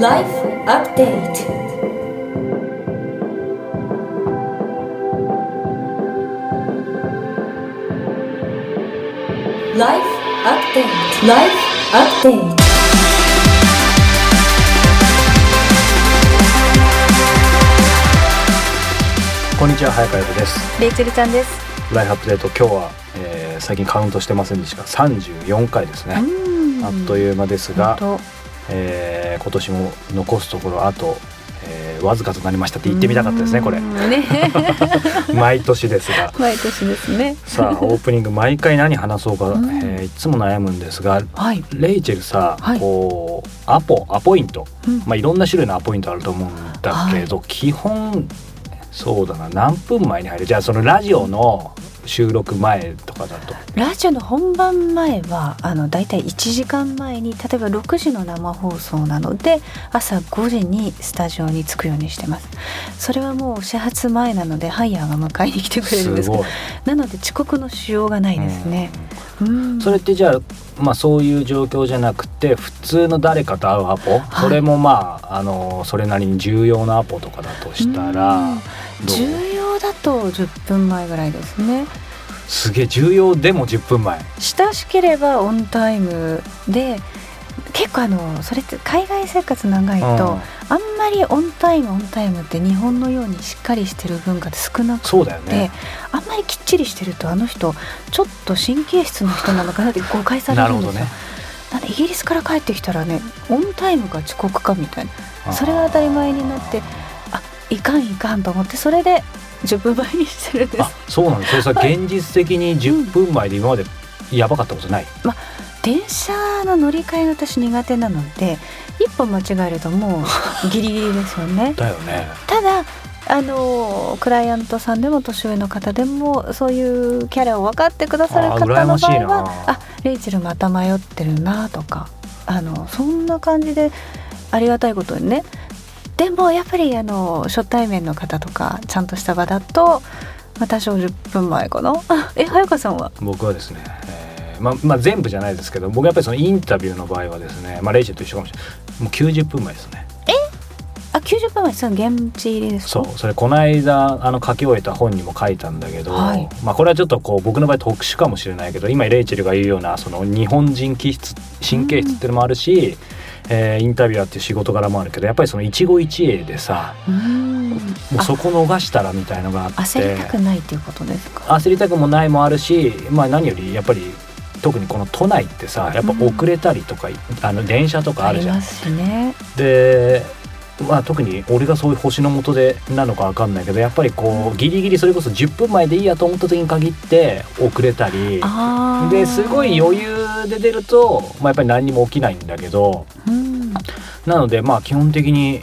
Life Update Life Update Life Update こんにちは、早川由です。 レイチェルちゃんです。 ライフアップデート、今日は、最近カウントしてませんでしたが34回ですね。あっという間ですが、今年も残すところあと、わずかとなりましたって言ってみたかったですね、これ毎年ですが毎年ですね。 さあ、オープニング毎回何話そうか、いつも悩むんですが、レイチェルさ、こうアポイント、いろんな種類のアポイントあると思うんだけど、基本そうだな、何分前に入る？じゃあそのラジオの収録前とかだと、 ラジオの本番前はだいたい1時間前に、例えば6時の生放送なので朝5時にスタジオに着くようにしてます。それはもう始発前なのでハイヤーが迎えに来てくれるんですけど、なので遅刻のしようがないですね。それってじゃあ、そういう状況じゃなくて普通の誰かと会うアポ、それもそれなりに重要なアポとかだとしたら重要だと10分前ぐらいですね。 すげえ、重要でも10分前。 親しければオンタイムで、結構それって海外生活長いと、あんまりオンタイムって日本のようにしっかりしてる文化って少なくて、 そうだよね、 あんまりきっちりしてるとあの人ちょっと神経質な人なのかなって誤解されるんですよ。なんでイギリスから帰ってきたらね、オンタイムか遅刻かみたいな、それが当たり前になって、いかんと思って、それで10分前にしてるんです。 そうなんです。それさ、現実的に10分前で今までやばかったことない？ 電車の乗り換えが私苦手なので、一歩間違えるともうギリギリですよね。 だよね。 ただクライアントさんでも年上の方でもそういうキャラを分かってくださる方の場合は、レイチェルまた迷ってるなとか、そんな感じでありがたいことにね。でもやっぱり初対面の方とかちゃんとした場だと、多少10分前かな。早川さんは？僕はですね、全部じゃないですけど、僕やっぱりそのインタビューの場合はですね、レイチェルと一緒かもしれない、もう90分前ですね。 90分前、その現地入りですか？ それこの間書き終えた本にも書いたんだけど、これはちょっと僕の場合特殊かもしれないけど、今レイチェルが言うようなその日本人気質、神経質っていうのもあるし、インタビュアーっていう仕事柄もあるけど、やっぱりその一期一会でさ、もうそこ逃したらみたいのがあって、 焦りたくないっていうことですか？ 焦りたくもないもあるし、何よりやっぱり特にこの都内ってさ、やっぱ遅れたりとか、電車とかあるじゃん。 ありますしね。 で特に俺がそういう星の下でなのか分かんないけど、やっぱりギリギリそれこそ10分前でいいやと思った時に限って遅れたりですごい余裕で出ると、やっぱり何にも起きないんだけど、なので基本的に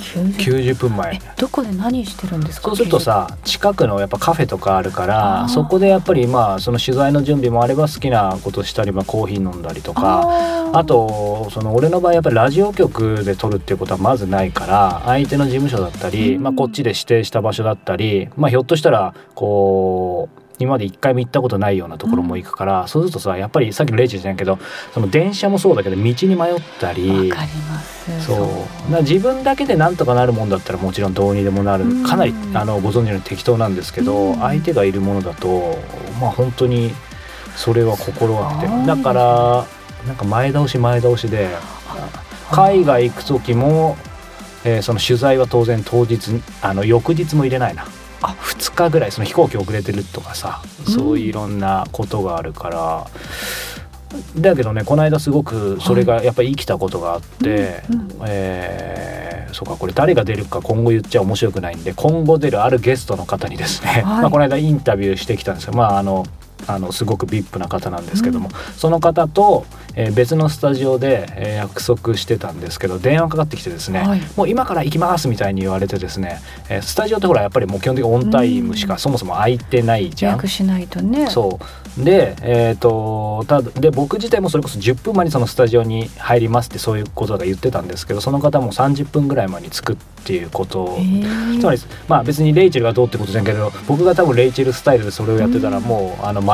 90分前。 どこで何してるんですか？ そうするとさ、近くのやっぱカフェとかあるから、そこでやっぱりその取材の準備もあれば好きなことしたり、コーヒー飲んだりとか、あとその俺の場合やっぱりラジオ局で撮るっていうことはまずないから、相手の事務所だったり、こっちで指定した場所だったり、ひょっとしたら今まで一回も行ったことないようなところも行くから、そうするとさ、やっぱりさっきのレイチェルじゃないけど、その電車もそうだけど道に迷ったり、 わかります。 自分だけでなんとかなるもんだったらもちろんどうにでもなる、かなりご存知のように適当なんですけど、相手がいるものだと本当にそれは心がけて、だからなんか前倒しで、海外行く時も、その取材は当然当日翌日も入れないな。2日ぐらいその飛行機遅れてるとかさ、そういういろんなことがあるから、だけどね、この間すごくそれがやっぱり生きたことがあって、そうか、これ誰が出るか今後言っちゃ面白くないんで、今後出るあるゲストの方にですね、この間インタビューしてきたんですよ。すごく VIP な方なんですけども、その方と、別のスタジオで、約束してたんですけど、電話かかってきてですね、もう今から行きますみたいに言われてですね、スタジオってほらやっぱりもう基本的にオンタイムしかそもそも空いてないじゃん。 予約しないとね。 そうで、で僕自体もそれこそ10分前にそのスタジオに入りますって、そういうことが言ってたんですけど、その方も30分ぐらい前に着くっていうことを、つまり別にレイチェルがどうってことじゃんけど、僕が多分レイチェルスタイルでそれをやってたらもう全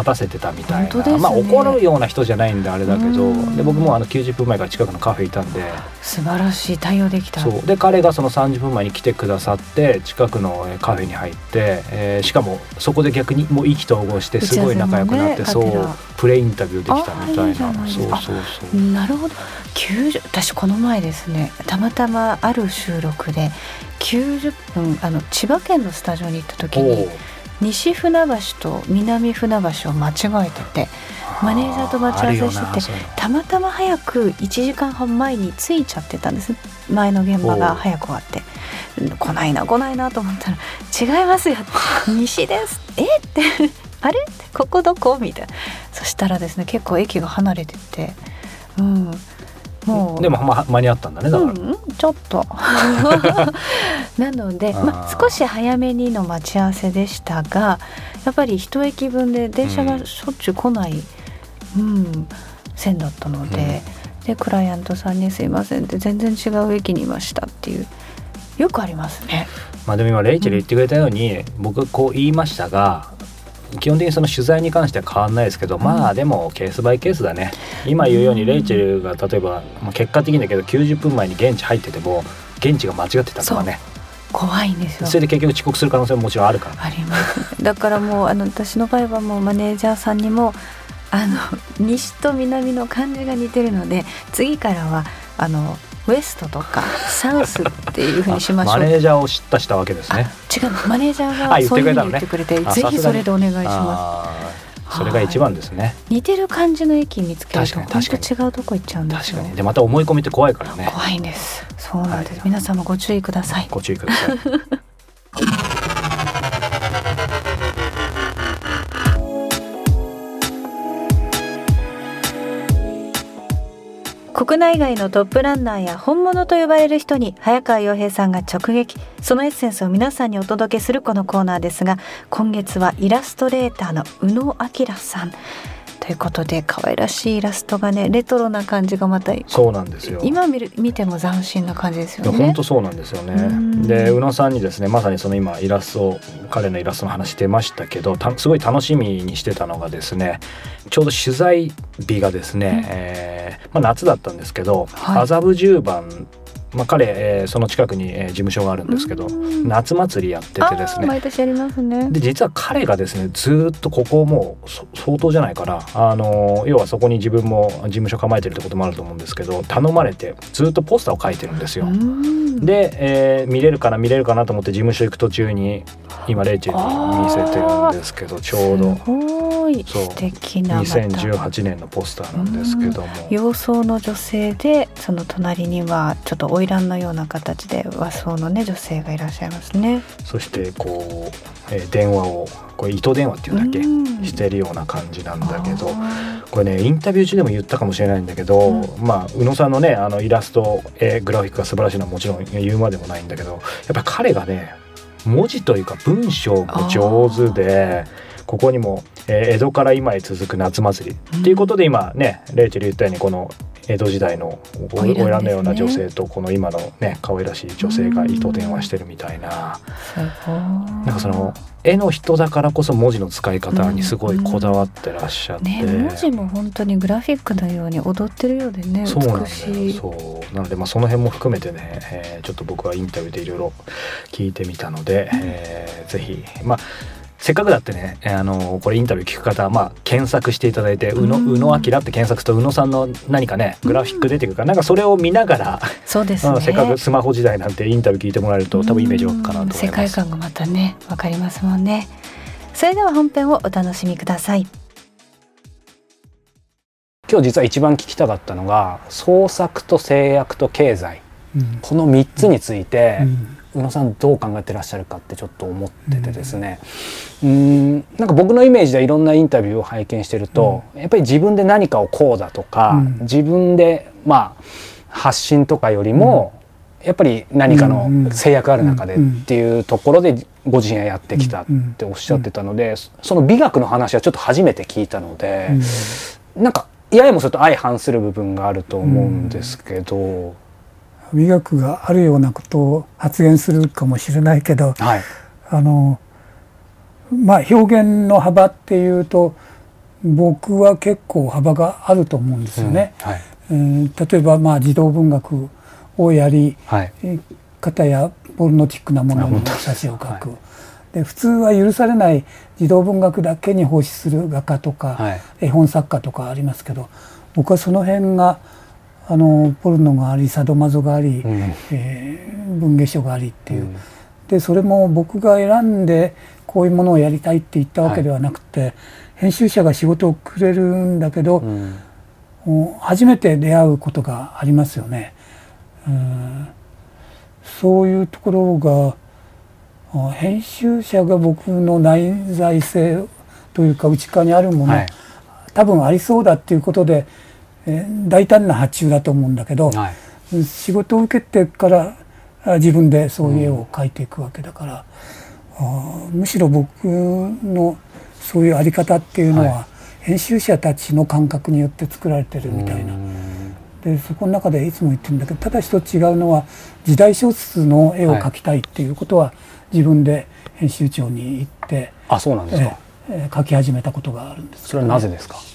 待たせてたみたいな、 ね、 まあ怒るような人じゃないんであれだけど、で僕も90分前から近くのカフェいたんで素晴らしい対応できた。 そうで彼がその30分前に来てくださって近くのカフェに入って、しかもそこで逆にもう意気投合してすごい仲良くなって、ね、そうプレインタビューできたみたいな。そうなるほど。私この前ですねたまたまある収録で90分千葉県のスタジオに行った時に西船橋と南船橋を間違えててマネージャーと待ち合わせしててたまたま早く1時間半前に着いちゃってたんです。前の現場が早く終わって来ないなと思ったら違いますよ西ですってあれここどこみたいな。そしたらですね結構駅が離れてて、もうでも間に合ったんだねだから、 ちょっとなので、少し早めにの待ち合わせでしたがやっぱり一駅分で電車がしょっちゅう来ない、線だったので、でクライアントさんにすいませんって全然違う駅にいましたっていうよくありますね。 でも今レイチェル言ってくれたように、僕こう言いましたが基本的にその取材に関しては変わんないですけど、でもケースバイケースだね。今言うようにレイチェルが例えば、結果的にだけど90分前に現地入ってても現地が間違ってたとかね怖いんですよ。 それで結局遅刻する可能性ももちろんあるから、 あります。だからもう私の場合はもうマネージャーさんにも西と南の漢字が似てるので次からはウエストとかサウスっていう風にしましょう。 マネージャーをしたわけですね。 違うマネージャーがそういう風に言ってくれて、ぜひそれでお願いします。 それが一番ですね。 似てる感じの駅見つけると本当違うとこ行っちゃうんですよ。 確かに。でまた思い込みって怖いからね。 怖いんです。そうなんです。皆さんもご注意ください。 ご注意ください。 国内外のトップランナーや本物と呼ばれる人に早川洋平さんが直撃、そのエッセンスを皆さんにお届けするこのコーナーですが、今月はイラストレーターの宇野明さんということで、可愛らしいイラストがね、レトロな感じがまたそうなんですよ。 今見ても斬新な感じですよね。 本当そうなんですよね。で宇野さんにですね、まさにその今彼のイラストの話出ましたけど、すごい楽しみにしてたのがですね、ちょうど取材日がですね、夏だったんですけど、麻布十番、彼、その近くに、事務所があるんですけど、夏祭りやっててですね、 毎年やりますね。 で実は彼がですねずっとここもう相当じゃないかな、要はそこに自分も事務所構えてるってこともあると思うんですけど、頼まれてずっとポスターを書いてるんですよ。で、見れるかなと思って事務所行く途中に今レイチェルに見せてるんですけど、ちょうどすごい素敵な 2018年のポスターなんですけども、 洋装の女性で、その隣にはちょっと花魁のような形で和装のね女性がいらっしゃいますね。 そしてこう、電話をこれ糸電話っていうんだっけ、してるような感じなんだけど、これねインタビュー中でも言ったかもしれないんだけど、宇野さんのねイラスト、グラフィックが素晴らしいのはもちろん言うまでもないんだけど、やっぱり彼がね文字というか文章が上手で、ここにも、江戸から今へ続く夏祭りっていうことで、今ねレイチェル言ったようにこの江戸時代の花魁のような女性とこの今のね可愛らしい女性が糸電話してるみたいな、なんかその絵の人だからこそ文字の使い方にすごいこだわってらっしゃって、 文字も本当にグラフィックのように踊ってるようでね、 そうなんだよ。 美しい。 そうなので、その辺も含めてね、ちょっと僕はインタビューでいろいろ聞いてみたので、ぜひせっかくだってね、これインタビュー聞く方は、検索していただいて宇野明って検索すると宇野さんの何かねグラフィック出てくるから、なんかそれを見ながら、 そうですね、 せっかくスマホ時代なんてインタビュー聞いてもらえると多分イメージ湧くかなと思います。 世界観がまたね分かりますもんね。それでは本編をお楽しみください。 今日実は一番聞きたかったのが創作と制約と経済、この3つについて、宇野さんどう考えてらっしゃるかってちょっと思っててですね、なんか僕のイメージでいろんなインタビューを拝見してると、やっぱり自分で何かをこうだとか、自分で発信とかよりも、やっぱり何かの制約ある中でっていうところでご自身はやってきたっておっしゃってたので、その美学の話はちょっと初めて聞いたので、なんかややもすると相反する部分があると思うんですけど、 美学があるようなことを発言するかもしれないけど、表現の幅っていうと僕は結構幅があると思うんですよね。例えば児童文学をやり、片やポルノティックなものに挿絵を描く、で普通は許されない児童文学だけに奉仕する画家とか、絵本作家とかありますけど、僕はその辺がポルノがありサドマゾがあり、文芸書がありっていう、でそれも僕が選んでこういうものをやりたいって言ったわけではなくて、編集者が仕事をくれるんだけど、初めて出会うことがありますよね。そういうところが編集者が僕の内在性というか内側にあるもの、多分ありそうだっていうことで、大胆な発注だと思うんだけど、仕事を受けてから自分でそういう絵を描いていくわけだから、むしろ僕のそういうあり方っていうのは、編集者たちの感覚によって作られてるみたいな。でそこの中でいつも言ってるんだけど、ただ一つ違うのは時代小説の絵を描きたいっていうことは自分で編集長に言って、 そうなんですか。 描き始めたことがあるんです、ね。 それはなぜですか？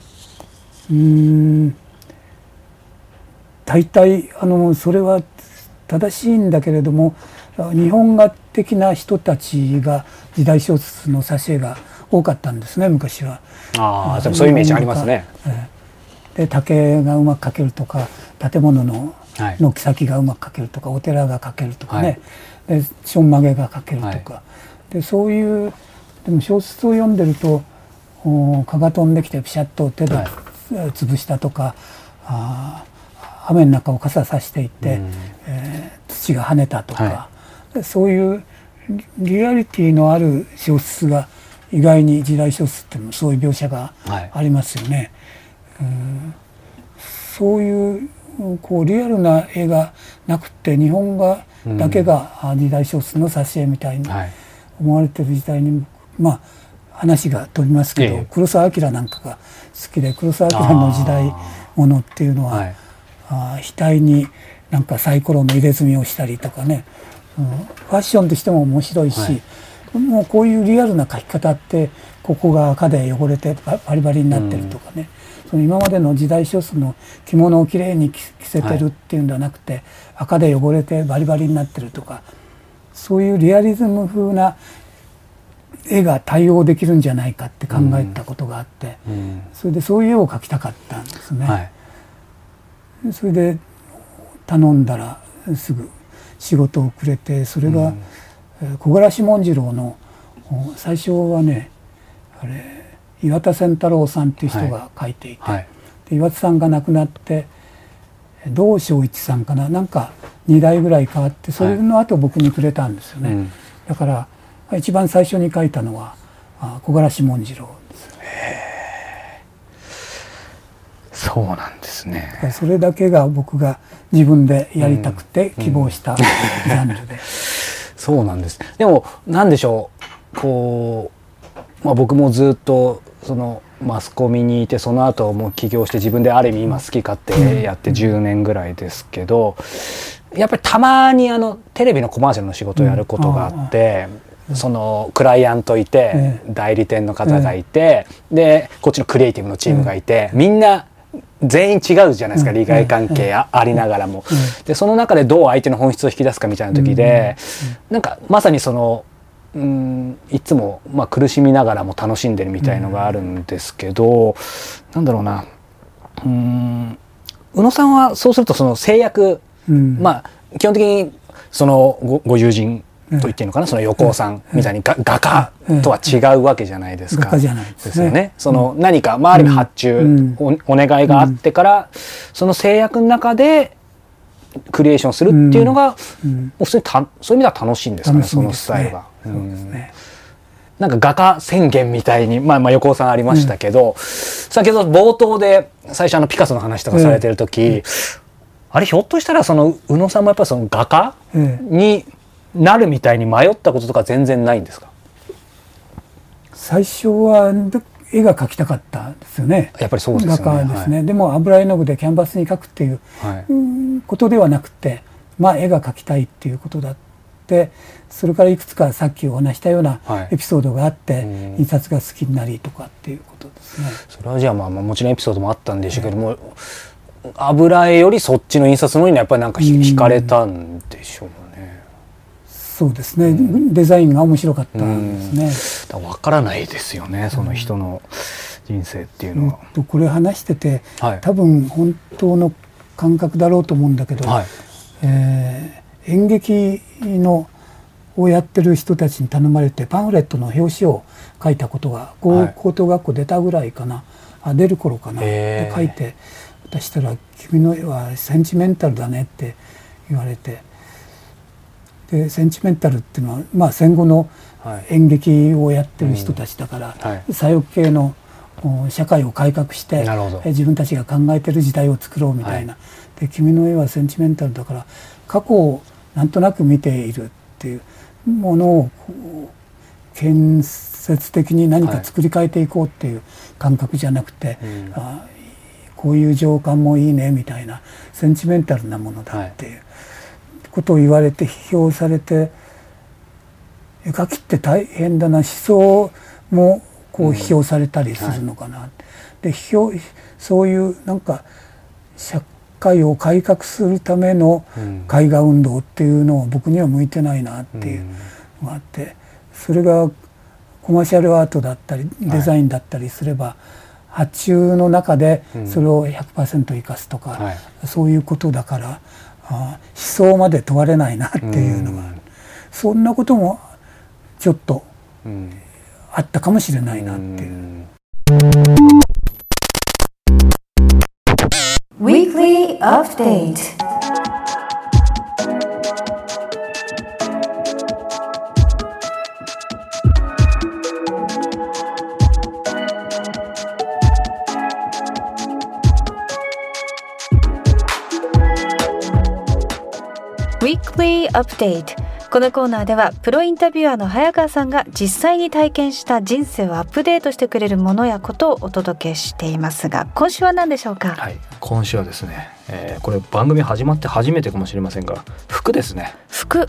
大体それは正しいんだけれども、日本画的な人たちが時代小説の挿絵が多かったんですね、昔は。 そういうイメージありますね。 で竹がうまく描けるとか、建物の軒先がうまく描けるとか、お寺が描けるとかね、でちょんまげが描けるとか、でそういうでも小説を読んでると蚊が飛んできてピシャッと手で潰したとか、雨の中を傘さしていって、土が跳ねたとか、そういうリアリティのある小説が意外に時代小説っていうのもそういう描写がありますよね。そういうリアルな絵がなくて日本画だけが時代小説の挿絵みたいに思われてる時代に、話が飛びますけど、黒澤明なんかが好きで、黒澤明の時代ものっていうのは、額になんかサイコロの入れ墨をしたりとかね、ファッションとしても面白いし、もうこういうリアルな描き方って、ここが赤で汚れてバリバリになってるとかね、その今までの時代小説の着物をきれいに着せてるっていうんではなくて、赤で汚れてバリバリになってるとか、そういうリアリズム風な絵が対応できるんじゃないかって考えたことがあって、それでそういう絵を描きたかったんですね。それで頼んだらすぐ仕事をくれて、それが木枯らし紋次郎の最初はね、岩田千太郎さんっていう人が描いていて、で岩田さんが亡くなって道正一さんかな、なんか2代ぐらい変わって、それの後僕にくれたんですよね。だから一番最初に描いたのは木枯らし紋次郎です。 そうなんですね。 それだけが僕が自分でやりたくて希望したジャンルで。 そうなんです。でも何でしょう、僕もずっとそのマスコミにいて、その後も起業して自分である意味今好き勝手やって10年ぐらいですけど、やっぱりたまにテレビのコマーシャルの仕事をやることがあって、そのクライアントいて、代理店の方がいて、でこっちのクリエイティブのチームがいて、みんな全員違うじゃないですか、利害関係ありながらも。でその中でどう相手の本質を引き出すかみたいな時で、なんかまさにそのいつも苦しみながらも楽しんでるみたいのがあるんですけど、なんだろうな、宇野さんはそうするとその制約、基本的にそのご友人と言っていいのかな、その横尾さんみたいに画家とは違うわけじゃないですか。 画家じゃないですね。 ですよね。その何かある意味発注、お願いがあってから、その制約の中でクリエーションするっていうのが、普通にそういう意味では楽しいんですかね、そのスタイルが。なんか画家宣言みたいに、横尾さんありましたけど、先ほど冒頭で最初ピカソの話とかされてる時、あれひょっとしたらその宇野さんもやっぱりその画家になるみたいに迷ったこととか全然ないんですか？ 最初は絵が描きたかったですよね。 やっぱりそうですよね。 画家ですね。でも油絵の具でキャンバスに描くっていうことではなくて、絵が描きたいっていうことだっでそれからいくつかさっきお話したようなエピソードがあって、印刷が好きになりとかっていうことですね。 それはじゃあもちろんエピソードもあったんでしょうけども、油絵よりそっちの印刷の方にやっぱりなんか惹かれたんでしょうね。 そうですね、デザインが面白かったんですね。 分からないですよね、その人の人生っていうのは。 これ話してて、多分本当の感覚だろうと思うんだけど、演劇をやってる人たちに頼まれてパンフレットの表紙を書いたことが高等学校出たぐらいかな、出る頃かな、で書いて渡したら「君の絵はセンチメンタルだね」って言われて、でセンチメンタルっていうのは、戦後の演劇をやってる人たちだから、左翼系の社会を改革して自分たちが考えてる時代を作ろうみたいな、で君の絵はセンチメンタルだから過去をなんとなく見ているっていうものを建設的に何か作り変えていこうっていう感覚じゃなくて、こういう情感もいいねみたいなセンチメンタルなものだっていうことを言われて批評されて、絵描きって大変だな、思想もこう批評されたりするのかな、でそういうなんか社会を改革するための絵画運動っていうのを僕には向いてないなっていうのがあって、それがコマーシャルアートだったりデザインだったりすれば、発注の中でそれを 100% 生かすとか、そういうことだから思想まで問われないなっていうのがある。そんなこともちょっとあったかもしれないなっていう。 Weekly Update. Weekly Update。このコーナーではプロインタビュアーの早川さんが実際に体験した人生をアップデートしてくれるものやことをお届けしていますが、今週は何でしょうか。 はい、今週はですね、これ番組始まって初めてかもしれませんが、服ですね。 服、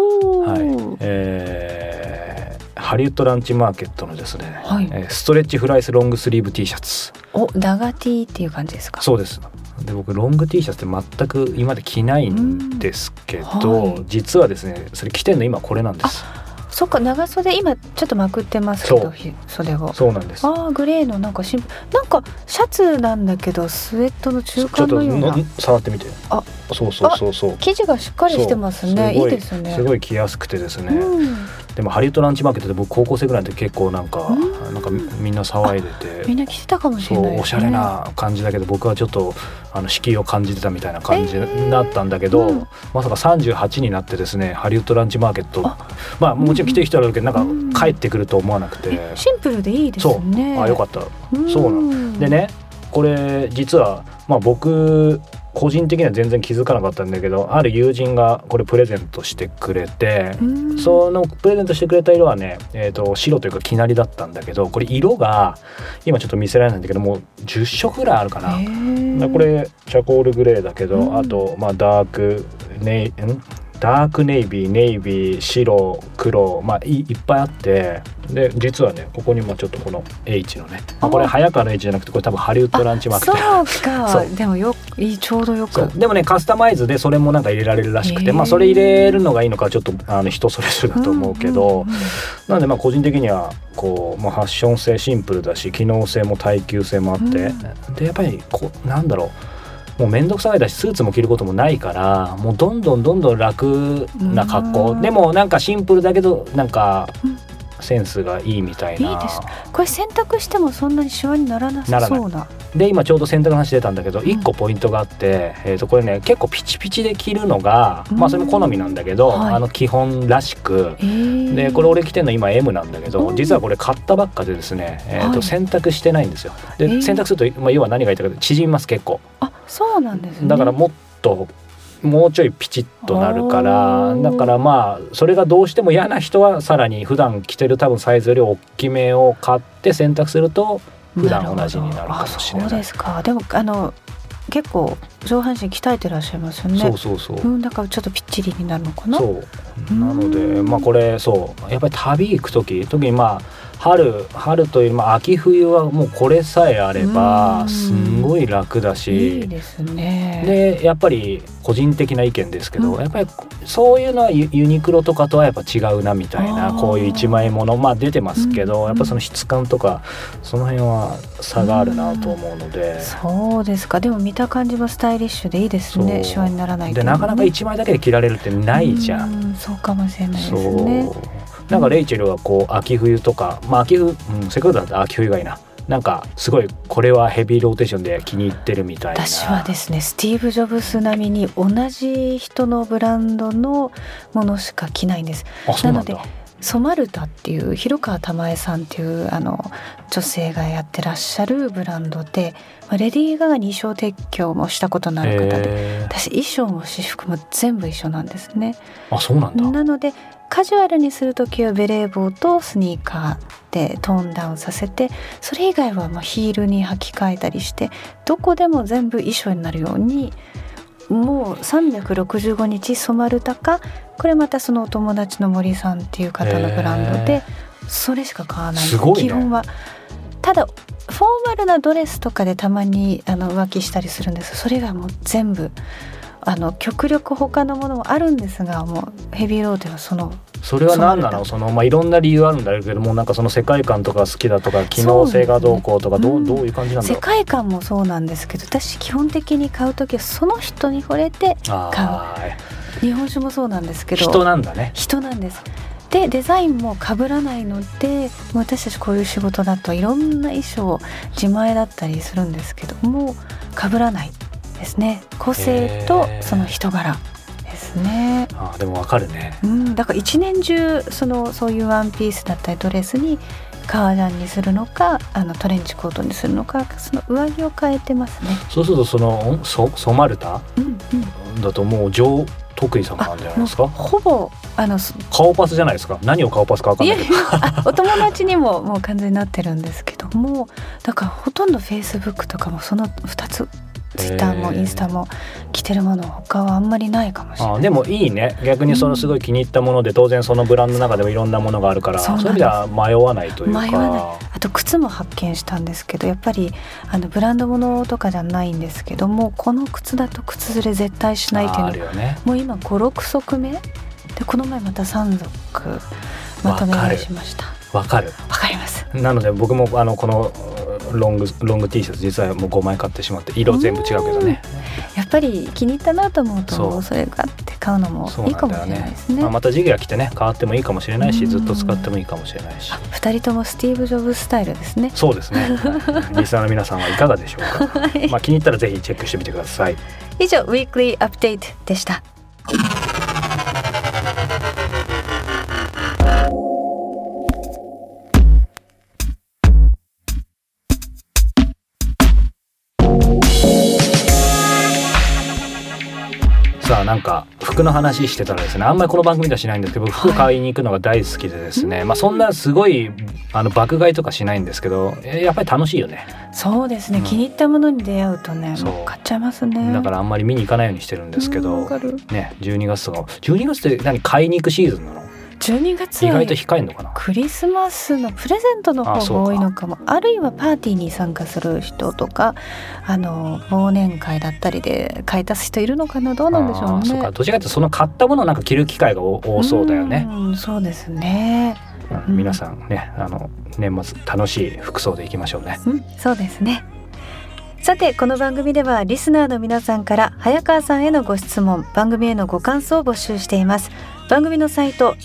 ハリウッドランチマーケットのですね、ストレッチフライスロングスリーブ T シャツ。 長 T っていう感じですか。 そうです。で僕ロング T シャツって全く今まで着ないんですけど、実はですねそれ着てるの今これなんです。 そっか、長袖今ちょっとまくってますけど、袖を。 そうなんです。 グレーのなんかシャツなんだけどスウェットの中間のような。 ちょっと触ってみて。そう生地がしっかりしてますね。いいですね。 すごい着やすくてですね、でもハリウッドランチマーケットで僕高校生ぐらいの時結構なんかみんな騒いでて、 みんな着てたかもしれないですね。 おしゃれな感じだけど、僕はちょっと敷居を感じてたみたいな感じになったんだけど、まさか38になってですねハリウッドランチマーケット、もちろん着てる人はあるけどなんか帰ってくると思わなくて、 シンプルでいいですね。 よかった。そうなんでね、これ実は僕個人的には全然気づかなかったんだけど、ある友人がこれプレゼントしてくれて、そのプレゼントしてくれた色はね、白というか生成りだったんだけど、これ色が今ちょっと見せられないんだけどもう10色ぐらいあるかな。これチャコールグレーだけど、あとダークネイビー、ネイビー、白、黒、いっぱいあって、で実はねここにもちょっとこの H のね、これ早川の H じゃなくてこれ多分ハリウッドランチマーケット。 そうか。でもちょうどよく。 でもねカスタマイズでそれもなんか入れられるらしくて、それ入れるのがいいのかちょっと人それぞれだと思うけど、なので個人的にはこう、ファッション性シンプルだし機能性も耐久性もあって、でやっぱりなんだろう、もうめんどくさいだしスーツも着ることもないから、もうどんどん楽な格好でもなんかシンプルだけどなんかセンスがいいみたいな。 いいです。これ洗濯してもそんなにシワにならなさそうな。 で今ちょうど洗濯の話出たんだけど、1個ポイントがあって、これね結構ピチピチで着るのが、それも好みなんだけど、基本らしく、でこれ俺着てるの今 M なんだけど、実はこれ買ったばっかでですね、洗濯してないんですよ。で洗濯すると、要は何が言ったか縮みます結構。 そうなんですね。 だからもうちょいピチッとなるから、だからそれがどうしても嫌な人はさらに普段着てる多分サイズより大きめを買って洗濯すると普段同じになるかもしれない。 そうですか。でも結構上半身鍛えてらっしゃいますよね。 そうだからちょっとぴっちりになるのかな。 そうなのでこれそうやっぱり旅行く時特に春という、秋冬はもうこれさえあればすんごい楽だし、 いいですね。 でやっぱり個人的な意見ですけど、やっぱりそういうのはユニクロとかとはやっぱ違うなみたいな、こういう一枚もの出てますけど、やっぱその質感とかその辺は差があるなと思うので、 そうですか。でも見た感じもスタイリッシュでいいですね。シワにならない、 でなかなか一枚だけで着られるってないじゃん。 そうかもしれないですね。 なんかレイチェルはこう秋冬とか、秋冬、せっかくだったら秋冬がいいな。なんかすごいこれはヘビーローテーションで気に入ってるみたいな。 私はですね、スティーブ・ジョブス並みに同じ人のブランドのものしか着ないんです。なのでソマルタっていう広川玉江さんっていう女性がやってらっしゃるブランドで、レディー・ガガに衣装提供もしたことのある方で、私衣装も私服も全部一緒なんですね。 そうなんだ。 なのでカジュアルにするときはベレー帽とスニーカーでトーンダウンさせて、それ以外はヒールに履き替えたりして、どこでも全部衣装になるように、もう365日染まるたか、これまたそのお友達の森さんっていう方のブランドで、それしか買わない。 すごいね。 基本はただフォーマルなドレスとかでたまに浮気したりするんです。それがもう全部極力他のものもあるんですが、もうヘビーローテはそれは何なの？いろんな理由あるんだけども、なんかその世界観とか好きだとか機能性がどうこうとか、どういう感じなんだろう。 世界観もそうなんですけど、私基本的に買うときはその人に惚れて買う。日本酒もそうなんですけど、 人なんだね。 人なんです。でデザインも被らないので、私たちこういう仕事だといろんな衣装自前だったりするんですけども、被らないですね。個性とその人柄ですね。 でもわかるね。 だから一年中そういうワンピースだったりドレスに革ジャンにするのか、トレンチコートにするのか、その上着を変えてますね。 そうするとソマルタ、だともう上徳井さんなんじゃないですか。 ほぼ顔パスじゃないですか。何を顔パスか分かんないけどお友達にももう完全になってるんですけども、だからほとんどフェイスブックとかもその2つ、ツイッターもインスタも着てるもの他はあんまりないかもしれない。 でもいいね。逆にすごい気に入ったもので、当然そのブランドの中でもいろんなものがあるから、そういう意味では迷わないというか。 迷わない。あと靴も発見したんですけど、やっぱりブランド物とかじゃないんですけども、この靴だと靴ずれ絶対しないっていうのあるよね。 もう今 5,6 足目で、この前また3足まとめ買いしました。 わかります。 なので僕もこのロング T シャツ実はもう5枚買ってしまって、色全部違うけどね、 やっぱり気に入ったなと思うとそれがって買うのもいいかもしれないですね。 また時期が来てね変わってもいいかもしれないし、ずっと使ってもいいかもしれないし。 2人ともスティーブ・ジョブスタイルですね。 そうですねリスナーの皆さんはいかがでしょうか、気に入ったらぜひチェックしてみてください。 以上ウィークリーアップデートでした。 なんか服の話してたらですね、あんまりこの番組ではしないんですけど、服買いに行くのが大好きでですね、そんなすごい爆買いとかしないんですけど、やっぱり楽しいよね。 そうですね、気に入ったものに出会うとね、もう買っちゃいますね。 だからあんまり見に行かないようにしてるんですけど、ね、12月とか12月って買いに行くシーズンなの？12月は意外と控えるのかな。 クリスマスのプレゼントの方が多いのかも。あるいはパーティーに参加する人とか忘年会だったりで買い足す人いるのかな。どうなんでしょうね。 そうか、どちらかというとその買ったものをなんか着る機会が多そうだよね。 そうですね、 皆さんね年末楽しい服装でいきましょうね。 そうですね。さてこの番組ではリスナーの皆さんから早川さんへのご質問、番組へのご感想を募集しています。番組のサイト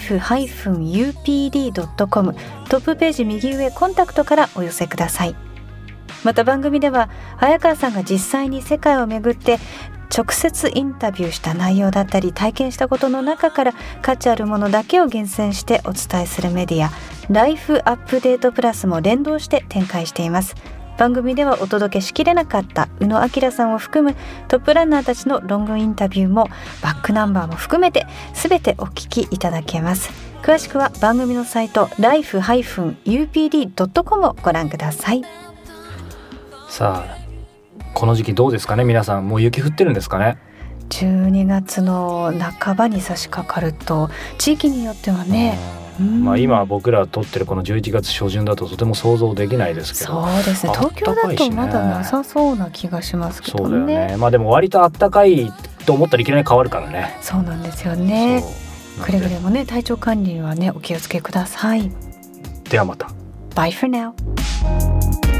life-upd.com トップページ右上コンタクトからお寄せください。また番組では早川さんが実際に世界を巡って直接インタビューした内容だったり体験したことの中から価値あるものだけを厳選してお伝えするメディアライフアップデートプラスも連動して展開しています。番組ではお届けしきれなかった宇野明さんを含むトップランナーたちのロングインタビューもバックナンバーも含めて全てお聞きいただけます。詳しくは番組のサイト life-upd.com をご覧ください。 さあこの時期どうですかね皆さん、もう雪降ってるんですかね。 12月の半ばに差し掛かると地域によってはね、 まあ、今僕ら撮ってるこの11月初旬だととても想像できないですけど、 そうですね、東京だとまだなさそうな気がしますけどね。 そうだよね。まあでも割と暖かいと思ったらいきなり変わるからね。 そうなんですよね。くれぐれもね体調管理にはねお気をつけください。 ではまた。 Bye for now.